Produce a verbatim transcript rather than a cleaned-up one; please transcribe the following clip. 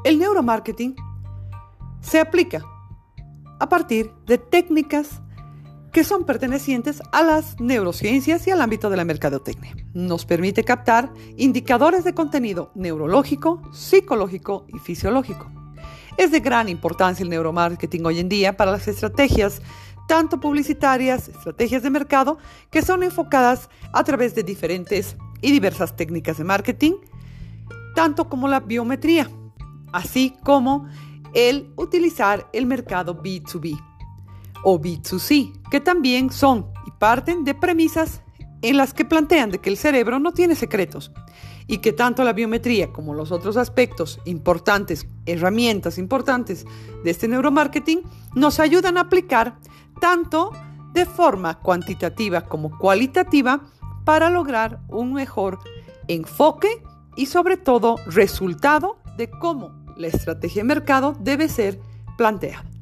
El neuromarketing se aplica a partir de técnicas que son pertenecientes a las neurociencias y al ámbito de la mercadotecnia. Nos permite captar indicadores de contenido neurológico, psicológico y fisiológico. Es de gran importancia el neuromarketing hoy en día para las estrategias tanto publicitarias, estrategias de mercado, que son enfocadas a través de diferentes y diversas técnicas de marketing, tanto como la biometría, así como el utilizar el mercado B dos B o B dos C, que también son y parten de premisas en las que plantean de que el cerebro no tiene secretos y que tanto la biometría como los otros aspectos importantes, herramientas importantes de este neuromarketing nos ayudan a aplicar tanto de forma cuantitativa como cualitativa para lograr un mejor enfoque y sobre todo resultado de cómo la estrategia de mercado debe ser planteada.